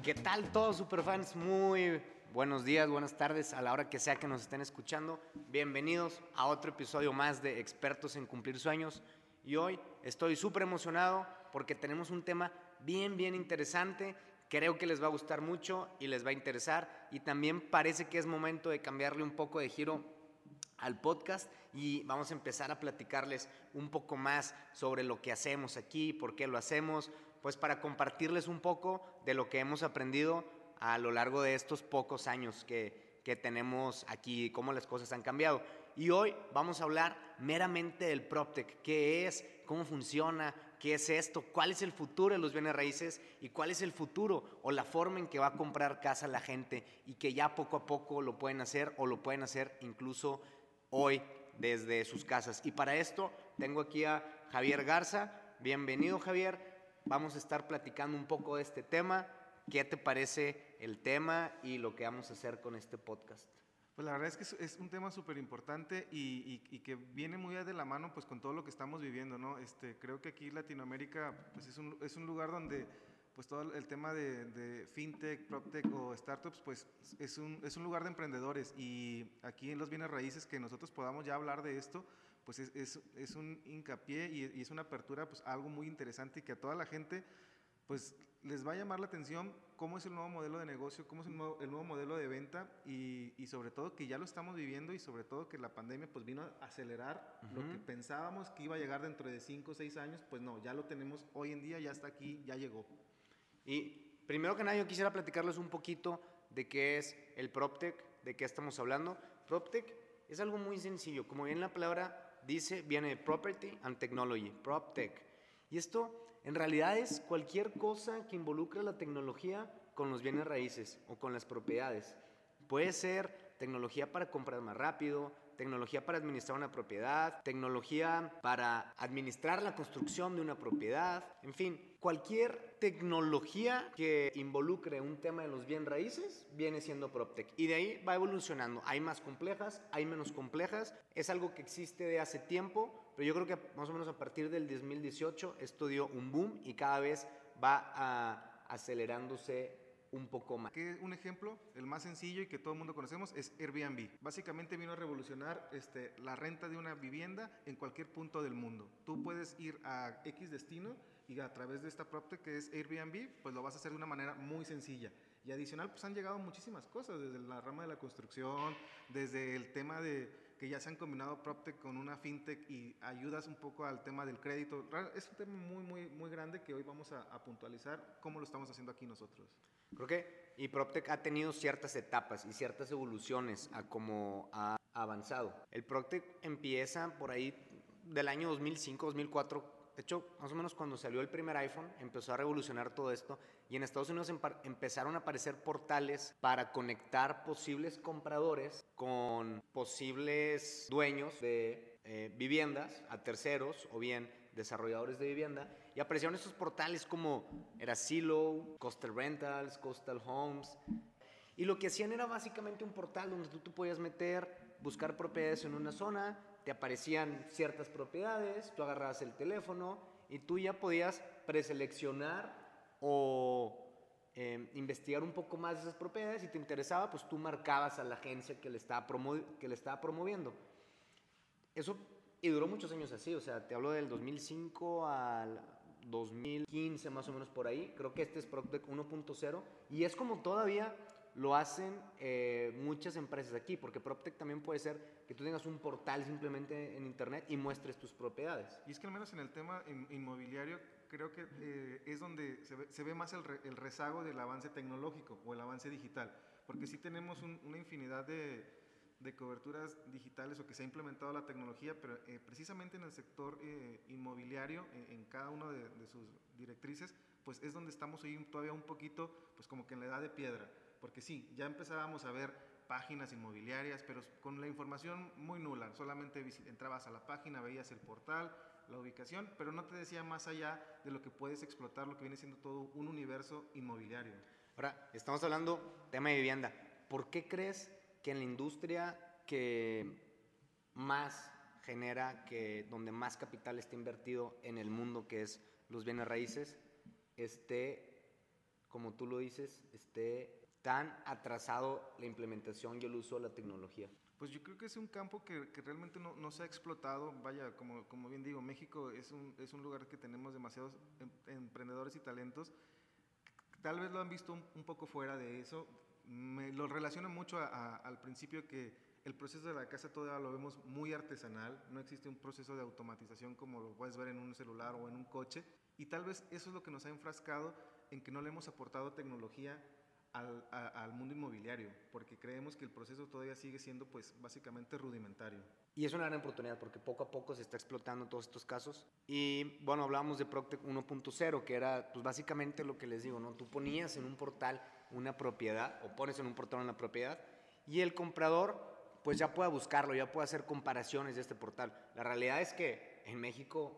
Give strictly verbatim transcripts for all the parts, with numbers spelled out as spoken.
¿Qué tal todos superfans? Muy buenos días, buenas tardes, a la hora que sea que nos estén escuchando. Bienvenidos a otro episodio más de Expertos en Cumplir Sueños. Y hoy estoy súper emocionado porque tenemos un tema bien, bien interesante. Creo que les va a gustar mucho y les va a interesar. Y también parece que es momento de cambiarle un poco de giro al podcast y vamos a empezar a platicarles un poco más sobre lo que hacemos aquí, por qué lo hacemos, pues para compartirles un poco de lo que hemos aprendido a lo largo de estos pocos años que, que tenemos aquí, cómo las cosas han cambiado. Y hoy vamos a hablar meramente del PropTech, qué es, cómo funciona, qué es esto, cuál es el futuro de los bienes raíces y cuál es el futuro o la forma en que va a comprar casa la gente y que ya poco a poco lo pueden hacer o lo pueden hacer incluso hoy desde sus casas. Y para esto tengo aquí a Javier Garza. Bienvenido, Javier. Vamos a estar platicando un poco de este tema. ¿Qué te parece el tema y lo que vamos a hacer con este podcast? Pues la verdad es que es, es un tema súper importante y, y, y que viene muy de la mano pues con todo lo que estamos viviendo, ¿no? Este, creo que aquí Latinoamérica pues es un, es un lugar donde pues todo el tema de, de fintech, proptech o startups pues es un, es un lugar de emprendedores, y aquí en los bienes raíces que nosotros podamos ya hablar de esto pues es, es, es un hincapié y, y es una apertura pues a algo muy interesante y que a toda la gente pues les va a llamar la atención cómo es el nuevo modelo de negocio, cómo es el nuevo, el nuevo modelo de venta y, y sobre todo que ya lo estamos viviendo y sobre todo que la pandemia pues vino a acelerar uh-huh. Lo que pensábamos que iba a llegar dentro de cinco o seis años, pues no, ya lo tenemos hoy en día, ya está aquí, ya llegó. Y primero que nada yo quisiera platicarles un poquito de qué es el PropTech, de qué estamos hablando. PropTech es algo muy sencillo, como bien la palabra dice, viene de Property and Technology, PropTech. Y esto en realidad es cualquier cosa que involucre la tecnología con los bienes raíces o con las propiedades. Puede ser tecnología para comprar más rápido, tecnología para administrar una propiedad, tecnología para administrar la construcción de una propiedad, en fin, cualquier tecnología que involucre un tema de los bienes raíces viene siendo PropTech. Y de ahí va evolucionando. Hay más complejas, hay menos complejas. Es algo que existe de hace tiempo, pero yo creo que más o menos a partir del dos mil dieciocho esto dio un boom y cada vez va a, acelerándose un poco más. Que un ejemplo, el más sencillo y que todo el mundo conocemos, es Airbnb. Básicamente vino a revolucionar este, la renta de una vivienda en cualquier punto del mundo. Tú puedes ir a X destino y a través de esta PropTech que es Airbnb, pues lo vas a hacer de una manera muy sencilla. Y adicional, pues han llegado muchísimas cosas, desde la rama de la construcción, desde el tema de que ya se han combinado PropTech con una fintech y ayudas un poco al tema del crédito. Es un tema muy, muy, muy grande que hoy vamos a, a puntualizar cómo lo estamos haciendo aquí nosotros. Creo que y PropTech ha tenido ciertas etapas y ciertas evoluciones a cómo ha avanzado. El PropTech empieza por ahí del año dos mil cinco, dos mil cuatro. De hecho, más o menos cuando salió el primer iPhone, empezó a revolucionar todo esto y en Estados Unidos empezaron a aparecer portales para conectar posibles compradores con posibles dueños de eh, viviendas a terceros o bien desarrolladores de vivienda, y aparecieron estos portales como era Zillow, Coastal Rentals, Coastal Homes, y lo que hacían era básicamente un portal donde tú te podías meter, buscar propiedades en una zona, te aparecían ciertas propiedades, tú agarrabas el teléfono y tú ya podías preseleccionar o eh, investigar un poco más de esas propiedades. Si te interesaba, pues tú marcabas a la agencia que le estaba, promo- que le estaba promoviendo. Eso, y duró muchos años así, o sea, te hablo del dos mil cinco al dos mil quince más o menos por ahí. Creo que este es PropTech uno punto cero y es como todavía lo hacen eh, muchas empresas aquí, porque PropTech también puede ser que tú tengas un portal simplemente en internet y muestres tus propiedades. Y es que al menos en el tema inmobiliario creo que eh, es donde se ve, se ve más el, re, el rezago del avance tecnológico o el avance digital, porque sí tenemos un, una infinidad de, de coberturas digitales o que se ha implementado la tecnología, pero eh, precisamente en el sector eh, inmobiliario, en, en cada una de, de sus directrices, pues es donde estamos hoy todavía un poquito, pues como que en la edad de piedra. Porque sí, ya empezábamos a ver páginas inmobiliarias, pero con la información muy nula. Solamente entrabas a la página, veías el portal, la ubicación, pero no te decía más allá de lo que puedes explotar, lo que viene siendo todo un universo inmobiliario. Ahora, estamos hablando tema de vivienda. ¿Por qué crees que en la industria que más genera, que donde más capital está invertido en el mundo, que es los bienes raíces, esté como tú lo dices, esté tan atrasado la implementación y el uso de la tecnología? Pues yo creo que es un campo que, que realmente no, no se ha explotado. Vaya, como, como bien digo, México es un, es un lugar que tenemos demasiados em, emprendedores y talentos. Tal vez lo han visto un, un poco fuera de eso. Me lo relaciono mucho a, a, al principio, que el proceso de la casa todavía lo vemos muy artesanal. No existe un proceso de automatización como lo puedes ver en un celular o en un coche. Y tal vez eso es lo que nos ha enfrascado en que no le hemos aportado tecnología al, a, al mundo inmobiliario, porque creemos que el proceso todavía sigue siendo pues básicamente rudimentario. Y es una gran oportunidad porque poco a poco se está explotando todos estos casos. Y bueno, hablábamos de PropTech uno punto cero, que era pues básicamente lo que les digo, ¿no? Tú ponías en un portal una propiedad o pones en un portal una propiedad y el comprador pues ya puede buscarlo, ya puede hacer comparaciones de este portal. La realidad es que en México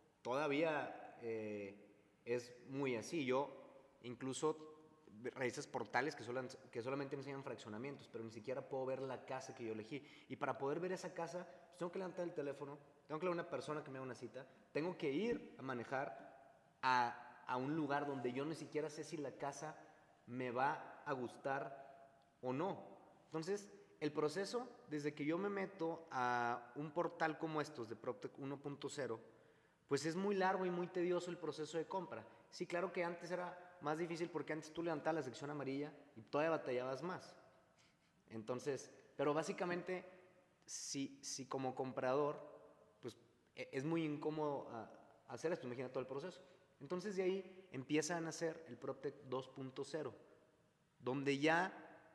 todavía eh, es muy así. Yo incluso revisas portales que, solan, que solamente me enseñan fraccionamientos, pero ni siquiera puedo ver la casa que yo elegí. Y para poder ver esa casa, pues tengo que levantar el teléfono, tengo que ver a una persona que me haga una cita, tengo que ir a manejar a, a un lugar donde yo ni siquiera sé si la casa me va a gustar o no. Entonces, el proceso, desde que yo me meto a un portal como estos de PropTech uno punto cero, pues es muy largo y muy tedioso el proceso de compra. Sí, claro que antes era más difícil porque antes tú levantabas la sección amarilla y todavía batallabas más. Entonces, pero básicamente, si, si como comprador, pues es muy incómodo uh, hacer esto, imagina todo el proceso. Entonces de ahí empieza a nacer el PropTech dos punto cero, donde ya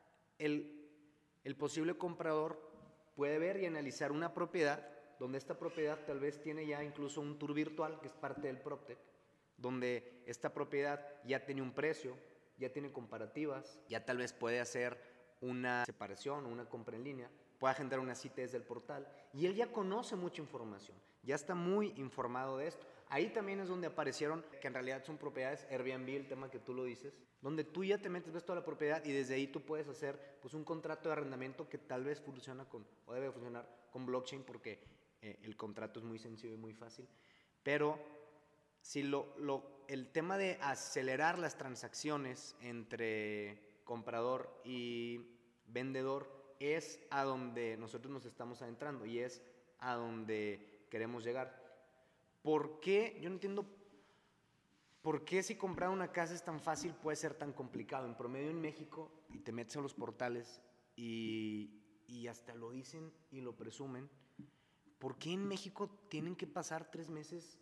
el, el posible comprador puede ver y analizar una propiedad, donde esta propiedad tal vez tiene ya incluso un tour virtual, que es parte del PropTech, donde esta propiedad ya tiene un precio, ya tiene comparativas, ya tal vez puede hacer una separación o una compra en línea, puede agendar una cita desde el portal y él ya conoce mucha información, ya está muy informado de esto. Ahí también es donde aparecieron, que en realidad son propiedades Airbnb, el tema que tú lo dices, donde tú ya te metes, ves toda la propiedad y desde ahí tú puedes hacer pues, un contrato de arrendamiento que tal vez funciona con, o debe funcionar con blockchain porque eh, el contrato es muy sencillo y muy fácil, pero si lo, lo, el tema de acelerar las transacciones entre comprador y vendedor es a donde nosotros nos estamos adentrando y es a donde queremos llegar. ¿Por qué? Yo no entiendo por qué si comprar una casa es tan fácil puede ser tan complicado. En promedio en México, y te metes a los portales y, y hasta lo dicen y lo presumen, ¿por qué en México tienen que pasar tres meses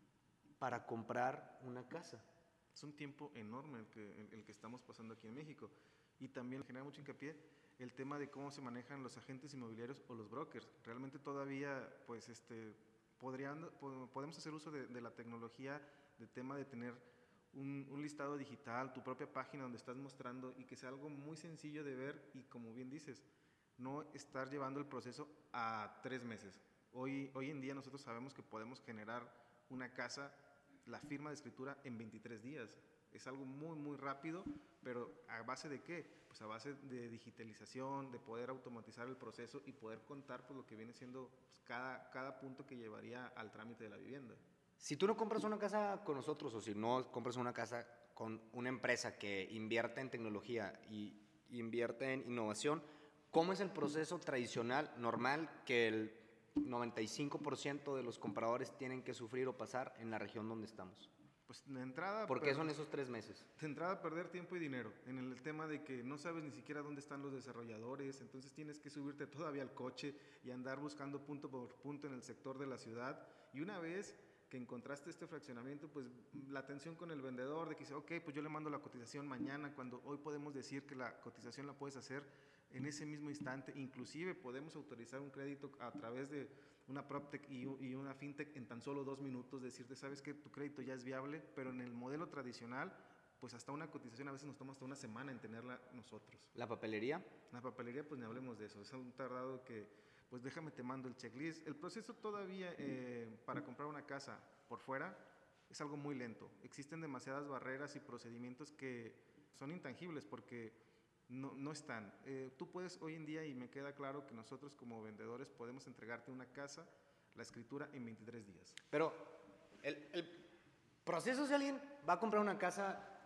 para comprar una casa? Es un tiempo enorme el que, el que estamos pasando aquí en México. Y también genera mucho hincapié el tema de cómo se manejan los agentes inmobiliarios o los brokers. Realmente todavía, pues, este, podrían, podemos hacer uso de, de la tecnología, del tema de tener un, un listado digital, tu propia página donde estás mostrando y que sea algo muy sencillo de ver y, como bien dices, no estar llevando el proceso a tres meses. Hoy, hoy en día nosotros sabemos que podemos generar una casa, la firma de escritura en veintitrés días. Es algo muy, muy rápido, pero ¿a base de qué? Pues a base de digitalización, de poder automatizar el proceso y poder contar pues, lo que viene siendo pues, cada, cada punto que llevaría al trámite de la vivienda. Si tú no compras una casa con nosotros o si no compras una casa con una empresa que invierta en tecnología y invierte en innovación, ¿cómo es el proceso tradicional, normal, que el noventa y cinco por ciento de los compradores tienen que sufrir o pasar en la región donde estamos? Pues de entrada... ¿Por qué son esos tres meses? De entrada perder tiempo y dinero en el tema de que no sabes ni siquiera dónde están los desarrolladores, entonces tienes que subirte todavía al coche y andar buscando punto por punto en el sector de la ciudad. Y una vez que encontraste este fraccionamiento, pues la atención con el vendedor de que dice, ok, pues yo le mando la cotización mañana, cuando hoy podemos decir que la cotización la puedes hacer en ese mismo instante. Inclusive podemos autorizar un crédito a través de una PropTech y, y una FinTech en tan solo dos minutos, decirte, sabes que tu crédito ya es viable, pero en el modelo tradicional, pues hasta una cotización a veces nos toma hasta una semana en tenerla nosotros. ¿La papelería? La papelería, pues ni hablemos de eso, es un tardado que, pues déjame te mando el checklist. El proceso todavía eh, para comprar una casa por fuera es algo muy lento. Existen demasiadas barreras y procedimientos que son intangibles porque No, no están. Eh, tú puedes hoy en día, y me queda claro que nosotros como vendedores podemos entregarte una casa, la escritura en veintitrés días. Pero el, el proceso, si alguien va a comprar una casa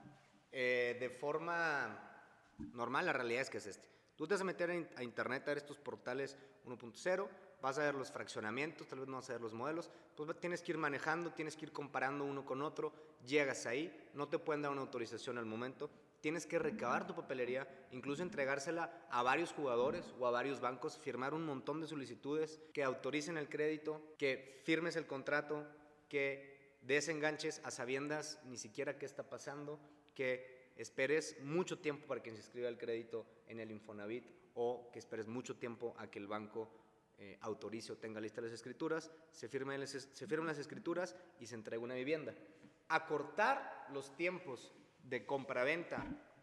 Eh, de forma normal, la realidad es que es este. Tú te vas a meter a internet a ver estos portales uno punto cero, vas a ver los fraccionamientos, tal vez no vas a ver los modelos, pues tienes que ir manejando, tienes que ir comparando uno con otro, llegas ahí, no te pueden dar una autorización al momento, tienes que recabar tu papelería, incluso entregársela a varios jugadores o a varios bancos, firmar un montón de solicitudes que autoricen el crédito, que firmes el contrato, que desenganches a sabiendas ni siquiera qué está pasando, que esperes mucho tiempo para que se inscriba el crédito en el Infonavit o que esperes mucho tiempo a que el banco eh, autorice o tenga listas las escrituras, se firmen, las, se firmen las escrituras y se entrega una vivienda. Acortar los tiempos de compraventa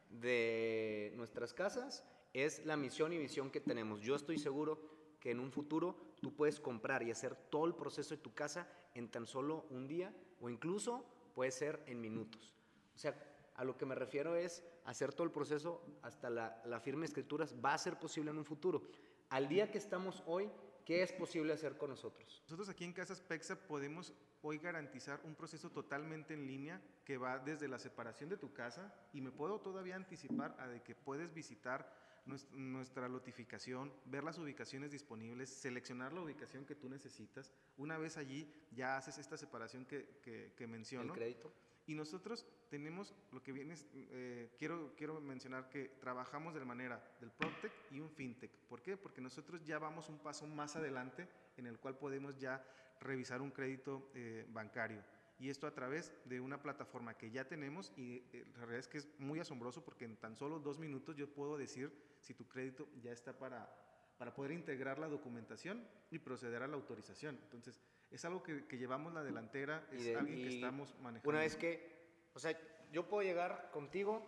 de nuestras casas es la misión y visión que tenemos. Yo estoy seguro que en un futuro tú puedes comprar y hacer todo el proceso de tu casa en tan solo un día o incluso puede ser en minutos. O sea, a lo que me refiero es hacer todo el proceso hasta la, la firma de escrituras va a ser posible en un futuro. Al día que estamos hoy, ¿qué es posible hacer con nosotros? Nosotros aquí en Casas Pexa podemos hoy garantizar un proceso totalmente en línea que va desde la separación de tu casa y me puedo todavía anticipar a de que puedes visitar nuestra lotificación, ver las ubicaciones disponibles, seleccionar la ubicación que tú necesitas. Una vez allí ya haces esta separación que, que, que menciono. ¿El crédito? Y nosotros tenemos lo que viene, eh, quiero, quiero mencionar que trabajamos de manera del PropTech y un FinTech. ¿Por qué? Porque nosotros ya vamos un paso más adelante en el cual podemos ya revisar un crédito eh, bancario. Y esto a través de una plataforma que ya tenemos y eh, la realidad es que es muy asombroso porque en tan solo dos minutos yo puedo decir si tu crédito ya está para, para poder integrar la documentación y proceder a la autorización. Entonces, es algo que, que llevamos la delantera, es de, alguien que estamos manejando. Una vez que, o sea, yo puedo llegar contigo,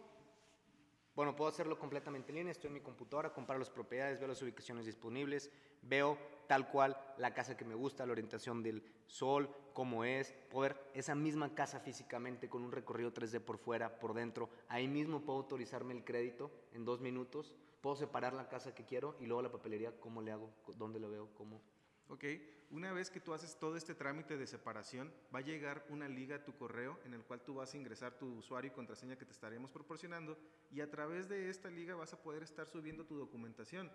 bueno, puedo hacerlo completamente en línea, estoy en mi computadora, comparo las propiedades, veo las ubicaciones disponibles, veo tal cual la casa que me gusta, la orientación del sol, cómo es, poder esa misma casa físicamente con un recorrido tres D por fuera, por dentro, ahí mismo puedo autorizarme el crédito en dos minutos, puedo separar la casa que quiero y luego la papelería, cómo le hago, dónde lo veo, cómo... Ok, una vez que tú haces todo este trámite de separación, va a llegar una liga a tu correo en el cual tú vas a ingresar tu usuario y contraseña que te estaremos proporcionando y a través de esta liga vas a poder estar subiendo tu documentación.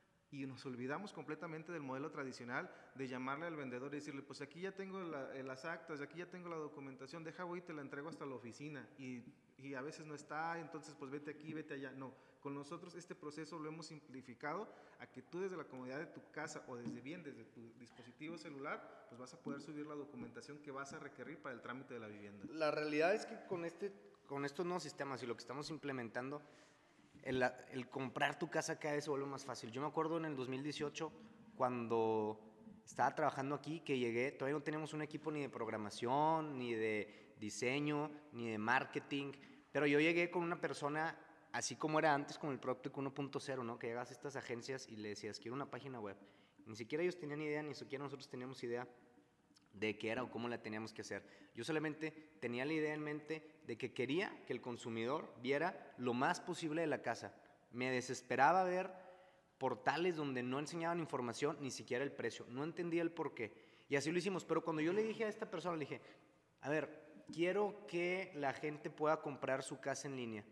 Y nos olvidamos completamente del modelo tradicional de llamarle al vendedor y decirle, pues aquí ya tengo la, las actas, aquí ya tengo la documentación, deja voy y te la entrego hasta la oficina. Y, y a veces no está, entonces pues vete aquí, vete allá. No, con nosotros este proceso lo hemos simplificado a que tú desde la comodidad de tu casa o desde bien, desde tu dispositivo celular, pues vas a poder subir la documentación que vas a requerir para el trámite de la vivienda. La realidad es que con, este, con estos nuevos sistemas y lo que estamos implementando, El, el comprar tu casa cada vez se vuelve más fácil. Yo me acuerdo en el dos mil dieciocho, cuando estaba trabajando aquí, que llegué, todavía no teníamos un equipo ni de programación, ni de diseño, ni de marketing, pero yo llegué con una persona, así como era antes con el PropTech uno punto cero, ¿no? Que llegas a estas agencias y le decías, quiero una página web. Ni siquiera ellos tenían idea, ni siquiera nosotros teníamos idea de qué era o cómo la teníamos que hacer. Yo solamente tenía la idea en mente de que quería que el consumidor viera lo más posible de la casa. Me desesperaba ver portales donde no enseñaban información, ni siquiera el precio. No entendía el por qué. Y así lo hicimos. Pero cuando yo le dije a esta persona, le dije, a ver, quiero que la gente pueda comprar su casa en línea.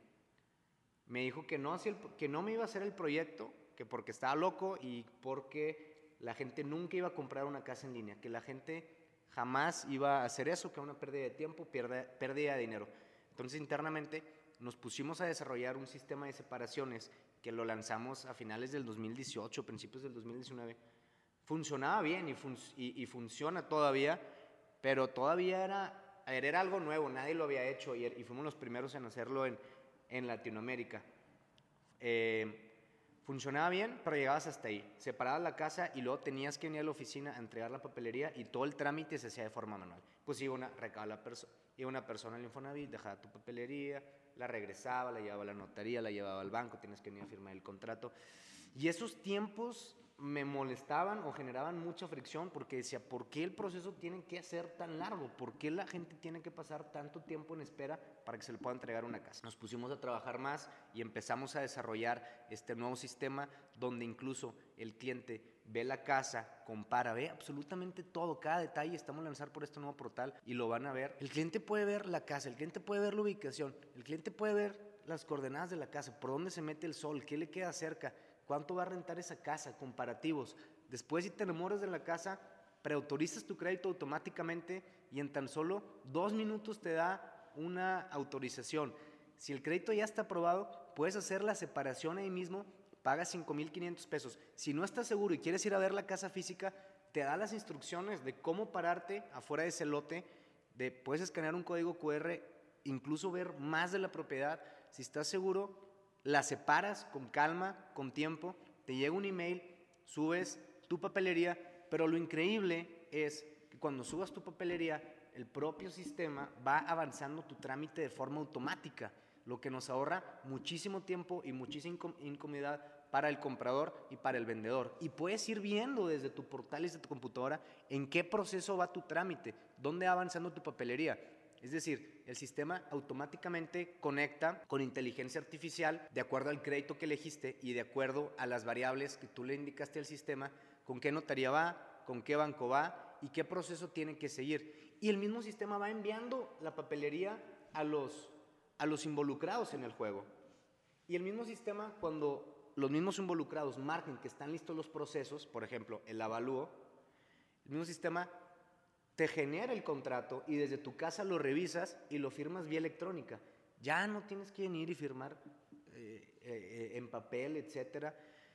Me dijo que no, que no me iba a hacer el proyecto, que porque estaba loco y porque la gente nunca iba a comprar una casa en línea, que la gente jamás iba a hacer eso, que era una pérdida de tiempo, pérdida, pérdida de dinero. Entonces, internamente, nos pusimos a desarrollar un sistema de separaciones que lo lanzamos a finales del dos mil dieciocho, principios del dos mil diecinueve. Funcionaba bien y, fun y, y funciona todavía, pero todavía era, era algo nuevo, nadie lo había hecho y, y fuimos los primeros en hacerlo en, en Latinoamérica. Eh, Funcionaba bien, pero llegabas hasta ahí. Separabas la casa y luego tenías que venir a la oficina a entregar la papelería y todo el trámite se hacía de forma manual. Pues iba una, recaba la perso iba una persona al Infonavit, dejaba tu papelería, la regresaba, la llevaba a la notaría, la llevaba al banco, tienes que venir a firmar el contrato. Y esos tiempos me molestaban o generaban mucha fricción porque decía, ¿por qué el proceso tiene que ser tan largo? ¿Por qué la gente tiene que pasar tanto tiempo en espera para que se le pueda entregar una casa? Nos pusimos a trabajar más y empezamos a desarrollar este nuevo sistema donde incluso el cliente ve la casa, compara, ve absolutamente todo, cada detalle. Estamos a lanzar por este nuevo portal y lo van a ver. El cliente puede ver la casa, el cliente puede ver la ubicación, el cliente puede ver las coordenadas de la casa, por dónde se mete el sol, qué le queda cerca, cuánto va a rentar esa casa, comparativos. Después, si te enamoras de la casa, preautorizas tu crédito automáticamente y en tan solo dos minutos te da una autorización. Si el crédito ya está aprobado, puedes hacer la separación ahí mismo, pagas cinco mil quinientos pesos. Si no estás seguro y quieres ir a ver la casa física, te da las instrucciones de cómo pararte afuera de ese lote, de, puedes escanear un código cu erre, incluso ver más de la propiedad. Si estás seguro, la separas con calma, con tiempo, te llega un email, subes tu papelería, pero lo increíble es que cuando subas tu papelería, el propio sistema va avanzando tu trámite de forma automática, lo que nos ahorra muchísimo tiempo y muchísima incomodidad para el comprador y para el vendedor. Y puedes ir viendo desde tu portal y desde tu computadora en qué proceso va tu trámite, dónde va avanzando tu papelería. Es decir, el sistema automáticamente conecta con inteligencia artificial de acuerdo al crédito que elegiste y de acuerdo a las variables que tú le indicaste al sistema, con qué notaría va, con qué banco va y qué proceso tiene que seguir. Y el mismo sistema va enviando la papelería a los, a los involucrados en el juego. Y el mismo sistema, cuando los mismos involucrados marquen que están listos los procesos, por ejemplo, el avalúo, el mismo sistema te genera el contrato y desde tu casa lo revisas y lo firmas vía electrónica. Ya no tienes que venir y firmar eh, eh, en papel, etcétera.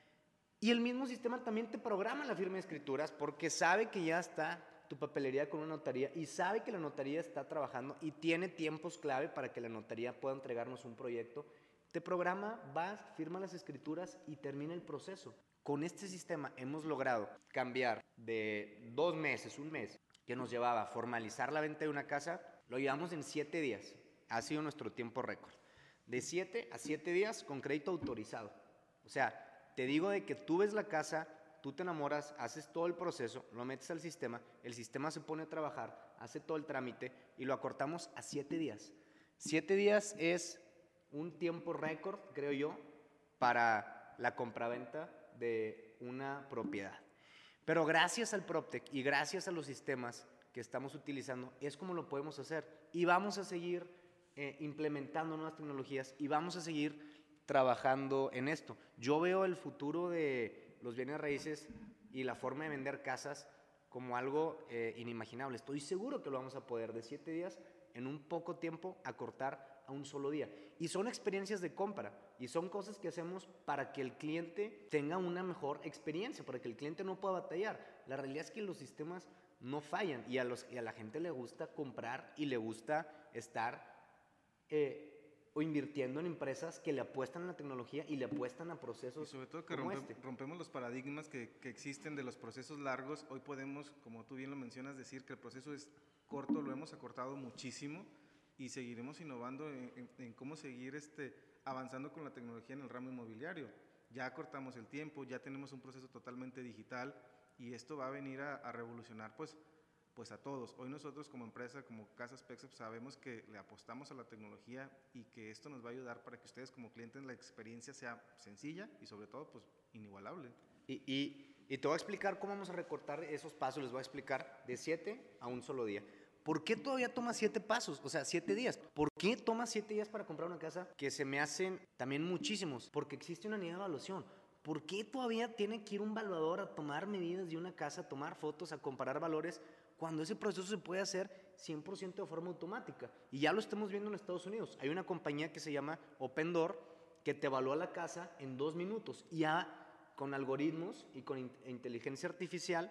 Y el mismo sistema también te programa la firma de escrituras porque sabe que ya está tu papelería con una notaría y sabe que la notaría está trabajando y tiene tiempos clave para que la notaría pueda entregarnos un proyecto. Te programa, vas, firma las escrituras y termina el proceso. Con este sistema hemos logrado cambiar de dos meses, un mes, que nos llevaba a formalizar la venta de una casa, lo llevamos en siete días. Ha sido nuestro tiempo récord. De siete a siete días con crédito autorizado. O sea, te digo de que tú ves la casa, tú te enamoras, haces todo el proceso, lo metes al sistema, el sistema se pone a trabajar, hace todo el trámite y lo acortamos a siete días. Siete días es un tiempo récord, creo yo, para la compraventa de una propiedad. Pero gracias al PropTech y gracias a los sistemas que estamos utilizando, es como lo podemos hacer. Y vamos a seguir eh, implementando nuevas tecnologías y vamos a seguir trabajando en esto. Yo veo el futuro de los bienes raíces y la forma de vender casas como algo eh, inimaginable. Estoy seguro que lo vamos a poder de siete días en un poco tiempo acortar a un solo día. Y son experiencias de compra y son cosas que hacemos para que el cliente tenga una mejor experiencia, para que el cliente no pueda batallar. La realidad es que los sistemas no fallan y a, los, y a la gente le gusta comprar y le gusta estar eh, o invirtiendo en empresas que le apuestan a la tecnología y le apuestan a procesos y sobre todo que como rompe, este. rompemos los paradigmas que, que existen de los procesos largos. Hoy podemos, como tú bien lo mencionas, decir que el proceso es corto, lo hemos acortado muchísimo y seguiremos innovando en, en, en cómo seguir este, avanzando con la tecnología en el ramo inmobiliario. Ya acortamos el tiempo, ya tenemos un proceso totalmente digital y esto va a venir a, a revolucionar pues, pues a todos. Hoy nosotros como empresa, como Casas Pexep, sabemos que le apostamos a la tecnología y que esto nos va a ayudar para que ustedes como clientes la experiencia sea sencilla y sobre todo pues inigualable. Y, y, y te voy a explicar cómo vamos a recortar esos pasos, les voy a explicar de siete a un solo día. ¿Por qué todavía toma siete pasos? O sea, siete días. ¿Por qué toma siete días para comprar una casa? Que se me hacen también muchísimos. Porque existe una unidad de evaluación. ¿Por qué todavía tiene que ir un evaluador a tomar medidas de una casa, a tomar fotos, a comparar valores, cuando ese proceso se puede hacer cien por ciento de forma automática? Y ya lo estamos viendo en Estados Unidos. Hay una compañía que se llama Opendoor que te evalúa la casa en dos minutos. Y ya con algoritmos y con in- inteligencia artificial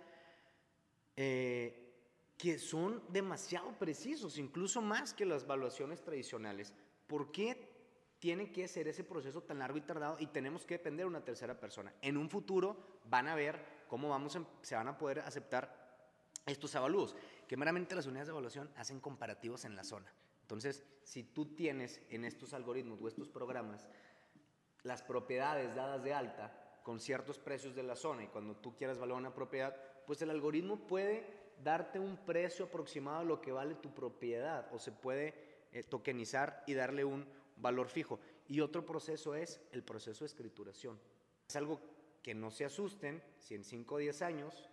eh, que son demasiado precisos, incluso más que las evaluaciones tradicionales. ¿Por qué tiene que ser ese proceso tan largo y tardado y tenemos que depender de una tercera persona? En un futuro van a ver cómo vamos a, se van a poder aceptar estos avalúos, que meramente las unidades de evaluación hacen comparativos en la zona. Entonces, si tú tienes en estos algoritmos o estos programas las propiedades dadas de alta con ciertos precios de la zona y cuando tú quieras valorar una propiedad, pues el algoritmo puede darte un precio aproximado a lo que vale tu propiedad o se puede eh, tokenizar y darle un valor fijo. Y otro proceso es el proceso de escrituración. Es algo que no se asusten si en cinco o diez años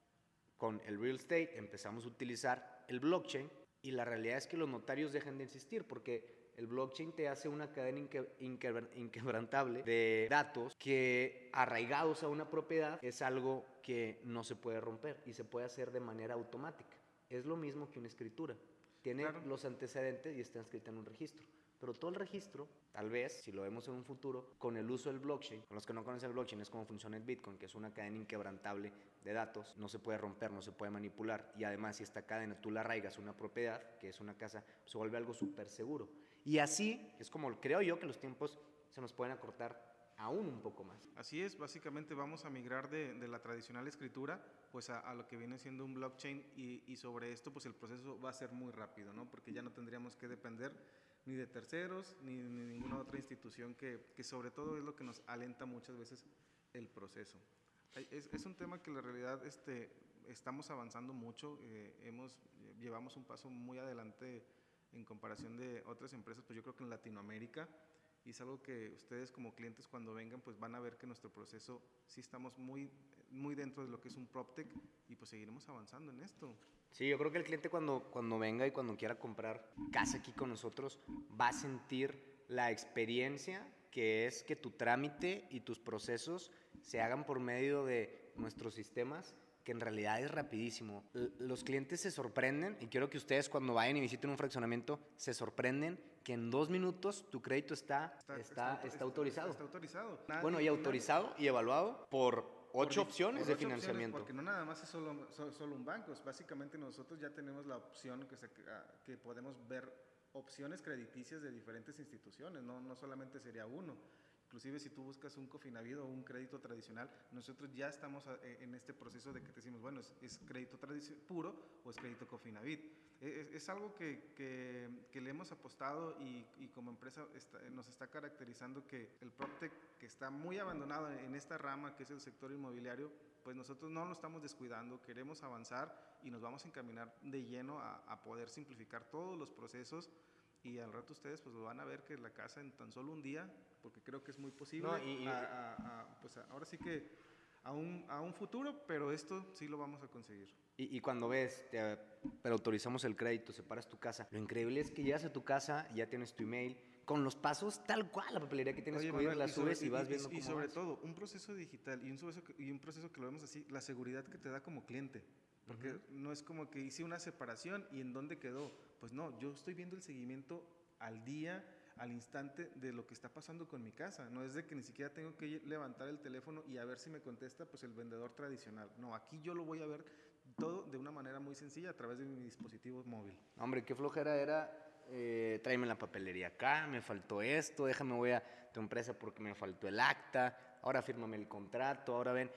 con el real estate empezamos a utilizar el blockchain y la realidad es que los notarios dejan de existir porque el blockchain te hace una cadena inque, inque, inquebrantable de datos que arraigados a una propiedad es algo que no se puede romper y se puede hacer de manera automática. Es lo mismo que una escritura. Tiene claro. los antecedentes y está escrita en un registro. Pero todo el registro, tal vez, si lo vemos en un futuro, con el uso del blockchain, con los que no conocen el blockchain, es como funciona el Bitcoin, que es una cadena inquebrantable de datos, no se puede romper, no se puede manipular, y además si esta cadena tú la arraigas a una propiedad, que es una casa, se vuelve algo súper seguro. Y así es como creo yo que los tiempos se nos pueden acortar aún un poco más. Así es, básicamente vamos a migrar de, de la tradicional escritura pues a, a lo que viene siendo un blockchain y, y sobre esto pues el proceso va a ser muy rápido, ¿no? Porque ya no tendríamos que depender ni de terceros, ni de ninguna otra institución que, que sobre todo es lo que nos alenta muchas veces el proceso. Es, es un tema que en la realidad este, estamos avanzando mucho, eh, hemos, llevamos un paso muy adelante en comparación de otras empresas, pues yo creo que en Latinoamérica, y es algo que ustedes como clientes cuando vengan pues van a ver que nuestro proceso sí estamos muy, muy dentro de lo que es un PropTech y pues seguiremos avanzando en esto. Sí, yo creo que el cliente cuando, cuando venga y cuando quiera comprar casa aquí con nosotros va a sentir la experiencia que es que tu trámite y tus procesos se hagan por medio de nuestros sistemas, que en realidad es rapidísimo. L- los clientes se sorprenden y quiero que ustedes cuando vayan y visiten un fraccionamiento se sorprenden que en dos minutos tu crédito está, está, está, está, está autorizado. Está, está autorizado. Nadie, bueno, y autorizado nadie. y evaluado por ocho por, opciones por de ocho financiamiento. Opciones porque no nada más es solo, solo, solo un banco, es básicamente nosotros ya tenemos la opción que, se, que podemos ver opciones crediticias de diferentes instituciones, no, no solamente sería uno. Inclusive si tú buscas un Cofinavit o un crédito tradicional, nosotros ya estamos en este proceso de que te decimos, bueno, ¿es, es crédito puro o es crédito Cofinavit? Es, es algo que, que, que le hemos apostado y, y como empresa está, nos está caracterizando que el PropTech, que está muy abandonado en esta rama que es el sector inmobiliario, pues nosotros no lo estamos descuidando, queremos avanzar y nos vamos a encaminar de lleno a, a poder simplificar todos los procesos. Y al rato ustedes pues lo van a ver que la casa en tan solo un día, porque creo que es muy posible, no, y, y, a, a, a, pues a, ahora sí que a un, a un futuro, pero esto sí lo vamos a conseguir. Y, y cuando ves, te, pero autorizamos el crédito, separas tu casa, lo increíble es que llegas a tu casa y ya tienes tu email, con los pasos tal cual, la papelería que tienes que ir, la subes sobre, y vas viendo y, cómo Y sobre vas. todo, un proceso digital y un, proceso que, y un proceso que lo vemos así, la seguridad que te da como cliente. Porque uh-huh. no es como que hice una separación y en dónde quedó. Pues no, yo estoy viendo el seguimiento al día, al instante de lo que está pasando con mi casa. No es de que ni siquiera tengo que levantar el teléfono y a ver si me contesta pues el vendedor tradicional. No, aquí yo lo voy a ver todo de una manera muy sencilla a través de mi dispositivo móvil. Hombre, qué flojera era, eh, tráeme la papelería acá, me faltó esto, déjame voy a tu empresa porque me faltó el acta, ahora fírmame el contrato, ahora ven...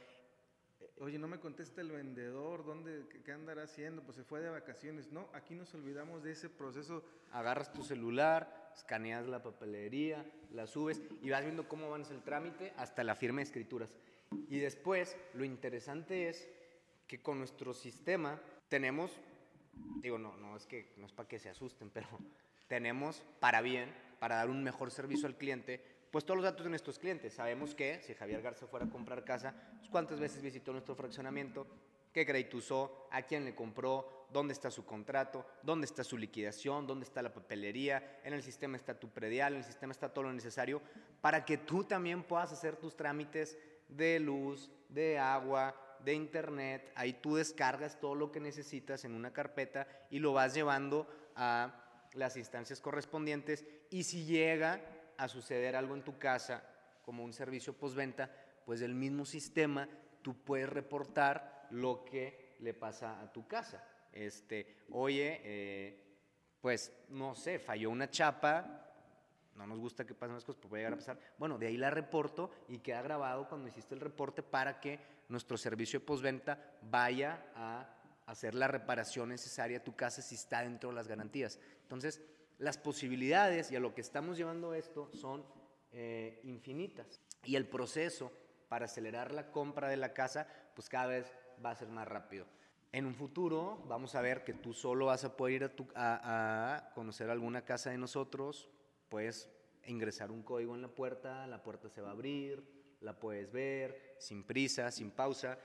Oye, no me contesta el vendedor, ¿dónde, qué, qué andará haciendo? Pues se fue de vacaciones. No, aquí nos olvidamos de ese proceso. Agarras tu celular, escaneas la papelería, la subes y vas viendo cómo avanza el trámite hasta la firma de escrituras. Y después, lo interesante es que con nuestro sistema tenemos, digo, no, no es que no es para que se asusten, pero tenemos para bien, para dar un mejor servicio al cliente, pues todos los datos de nuestros clientes. Sabemos que si Javier Garza fuera a comprar casa, pues cuántas veces visitó nuestro fraccionamiento, qué crédito usó, a quién le compró, dónde está su contrato, dónde está su liquidación, dónde está la papelería, en el sistema está tu predial, en el sistema está todo lo necesario para que tú también puedas hacer tus trámites de luz, de agua, de internet. Ahí tú descargas todo lo que necesitas en una carpeta y lo vas llevando a las instancias correspondientes y si llega a suceder algo en tu casa como un servicio postventa, pues del mismo sistema tú puedes reportar lo que le pasa a tu casa. Este, oye, eh, pues no sé, falló una chapa, no nos gusta que pasen las cosas, pero puede llegar a pasar. Bueno, de ahí la reporto y queda grabado cuando hiciste el reporte para que nuestro servicio de postventa vaya a hacer la reparación necesaria a tu casa si está dentro de las garantías. Entonces, las posibilidades y a lo que estamos llevando esto son eh, infinitas. Y el proceso para acelerar la compra de la casa, pues cada vez va a ser más rápido. En un futuro vamos a ver que tú solo vas a poder ir a, tu, a, a conocer alguna casa de nosotros, puedes ingresar un código en la puerta, la puerta se va a abrir, la puedes ver, sin prisa, sin pausa.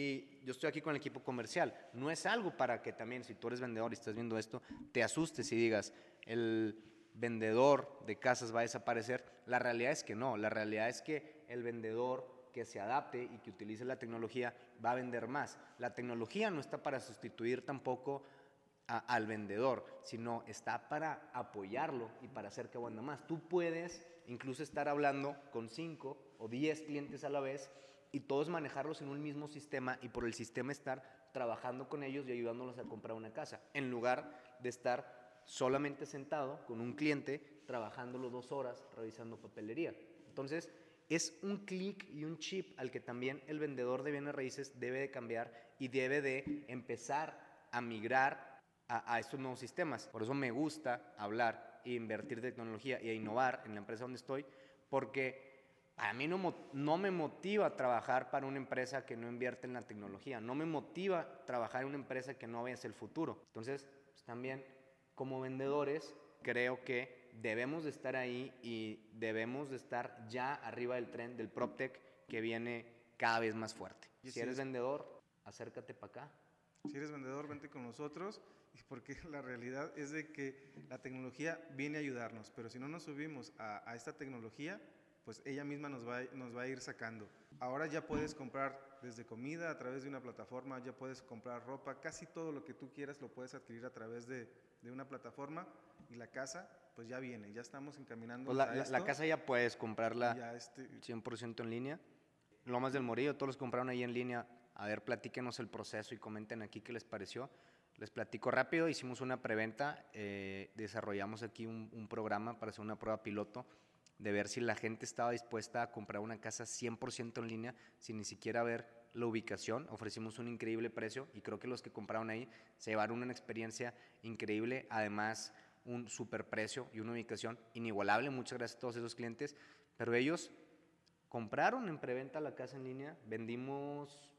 Y yo estoy aquí con el equipo comercial. No es algo para que también, si tú eres vendedor y estás viendo esto, te asustes y digas, el vendedor de casas va a desaparecer. La realidad es que no. La realidad es que el vendedor que se adapte y que utilice la tecnología va a vender más. La tecnología no está para sustituir tampoco a, al vendedor, sino está para apoyarlo y para hacer que venda más. Tú puedes incluso estar hablando con cinco o diez clientes a la vez y todos manejarlos en un mismo sistema y por el sistema estar trabajando con ellos y ayudándolos a comprar una casa, en lugar de estar solamente sentado con un cliente trabajándolo dos horas revisando papelería. Entonces, es un clic y un chip al que también el vendedor de bienes raíces debe de cambiar y debe de empezar a migrar a, a estos nuevos sistemas. Por eso me gusta hablar e invertir en tecnología y a innovar en la empresa donde estoy, porque a mí no, no me motiva trabajar para una empresa que no invierte en la tecnología, no me motiva trabajar en una empresa que no vea hacia el futuro. Entonces, pues también como vendedores creo que debemos de estar ahí y debemos de estar ya arriba del tren del PropTech que viene cada vez más fuerte. Si, si eres es... vendedor, acércate para acá. Si eres vendedor, vente con nosotros, porque la realidad es de que la tecnología viene a ayudarnos, pero si no nos subimos a, a esta tecnología, pues ella misma nos va, nos va a ir sacando. Ahora ya puedes comprar desde comida a través de una plataforma, ya puedes comprar ropa, casi todo lo que tú quieras lo puedes adquirir a través de, de una plataforma y la casa pues ya viene, ya estamos encaminando pues la, a la, esto. La casa ya puedes comprarla ya este... cien por ciento en línea. Lomas del Morillo, todos los compraron ahí en línea. A ver, platíquenos el proceso y comenten aquí qué les pareció. Les platico rápido, hicimos una preventa, eh, desarrollamos aquí un, un programa para hacer una prueba piloto de ver si la gente estaba dispuesta a comprar una casa cien por ciento en línea sin ni siquiera ver la ubicación. Ofrecimos un increíble precio y creo que los que compraron ahí se llevaron una experiencia increíble, además un super precio y una ubicación inigualable. Muchas gracias a todos esos clientes, pero ellos compraron en preventa la casa en línea, vendimos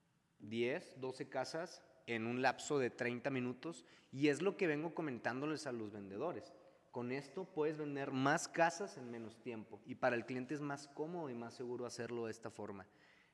diez, doce casas en un lapso de treinta minutos y es lo que vengo comentándoles a los vendedores. Con esto puedes vender más casas en menos tiempo y para el cliente es más cómodo y más seguro hacerlo de esta forma.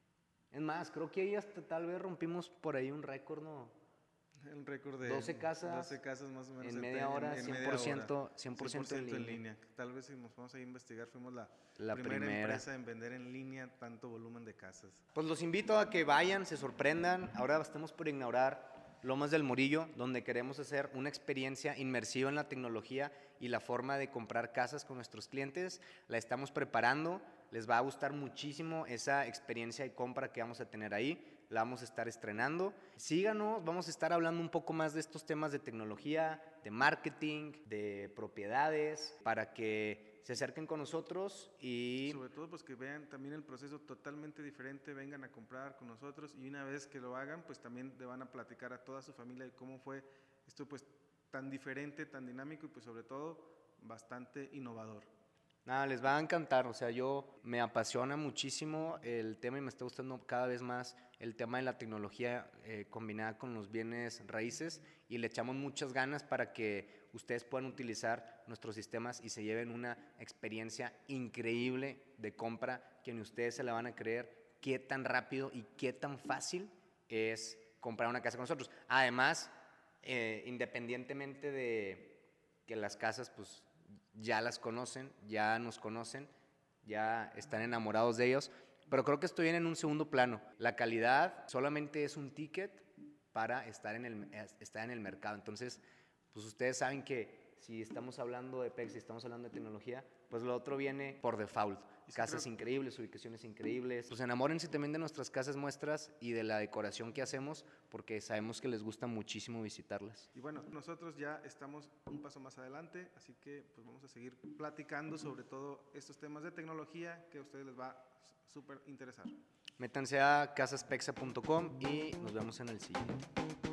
Es más, creo que ahí hasta tal vez rompimos por ahí un récord, ¿no? El récord de doce casas, doce casas más o menos en media hora, en, en cien por ciento, cien por ciento, cien por ciento en, en línea. línea. Tal vez si nos vamos a investigar, fuimos la, la primera, primera empresa en vender en línea tanto volumen de casas. Pues los invito a que vayan, se sorprendan. Ahora estamos por inaugurar Lomas del Morillo, donde queremos hacer una experiencia inmersiva en la tecnología y la forma de comprar casas con nuestros clientes. La estamos preparando, les va a gustar muchísimo esa experiencia de compra que vamos a tener ahí. La vamos a estar estrenando. Síganos, vamos a estar hablando un poco más de estos temas de tecnología, de marketing, de propiedades, para que se acerquen con nosotros y... Sobre todo pues que vean también el proceso totalmente diferente, vengan a comprar con nosotros y una vez que lo hagan pues también le van a platicar a toda su familia de cómo fue esto pues tan diferente, tan dinámico y pues sobre todo bastante innovador. Nada, les va a encantar, o sea, yo me apasiona muchísimo el tema y me está gustando cada vez más el tema de la tecnología eh, combinada con los bienes raíces y le echamos muchas ganas para que ustedes puedan utilizar nuestros sistemas y se lleven una experiencia increíble de compra que ni ustedes se la van a creer qué tan rápido y qué tan fácil es comprar una casa con nosotros. Además, eh, independientemente de que las casas pues ya las conocen, ya nos conocen, ya están enamorados de ellos, pero creo que esto viene en un segundo plano. La calidad solamente es un ticket para estar en el, estar en el mercado. Entonces, pues ustedes saben que si estamos hablando de P E X, si estamos hablando de tecnología, pues lo otro viene por default. Casas increíbles, ubicaciones increíbles. Pues enamórense también de nuestras casas muestras y de la decoración que hacemos, porque sabemos que les gusta muchísimo visitarlas. Y bueno, nosotros ya estamos un paso más adelante, así que pues vamos a seguir platicando sobre todo estos temas de tecnología que a ustedes les va a súper interesar. Métanse a casaspexa punto com y nos vemos en el siguiente.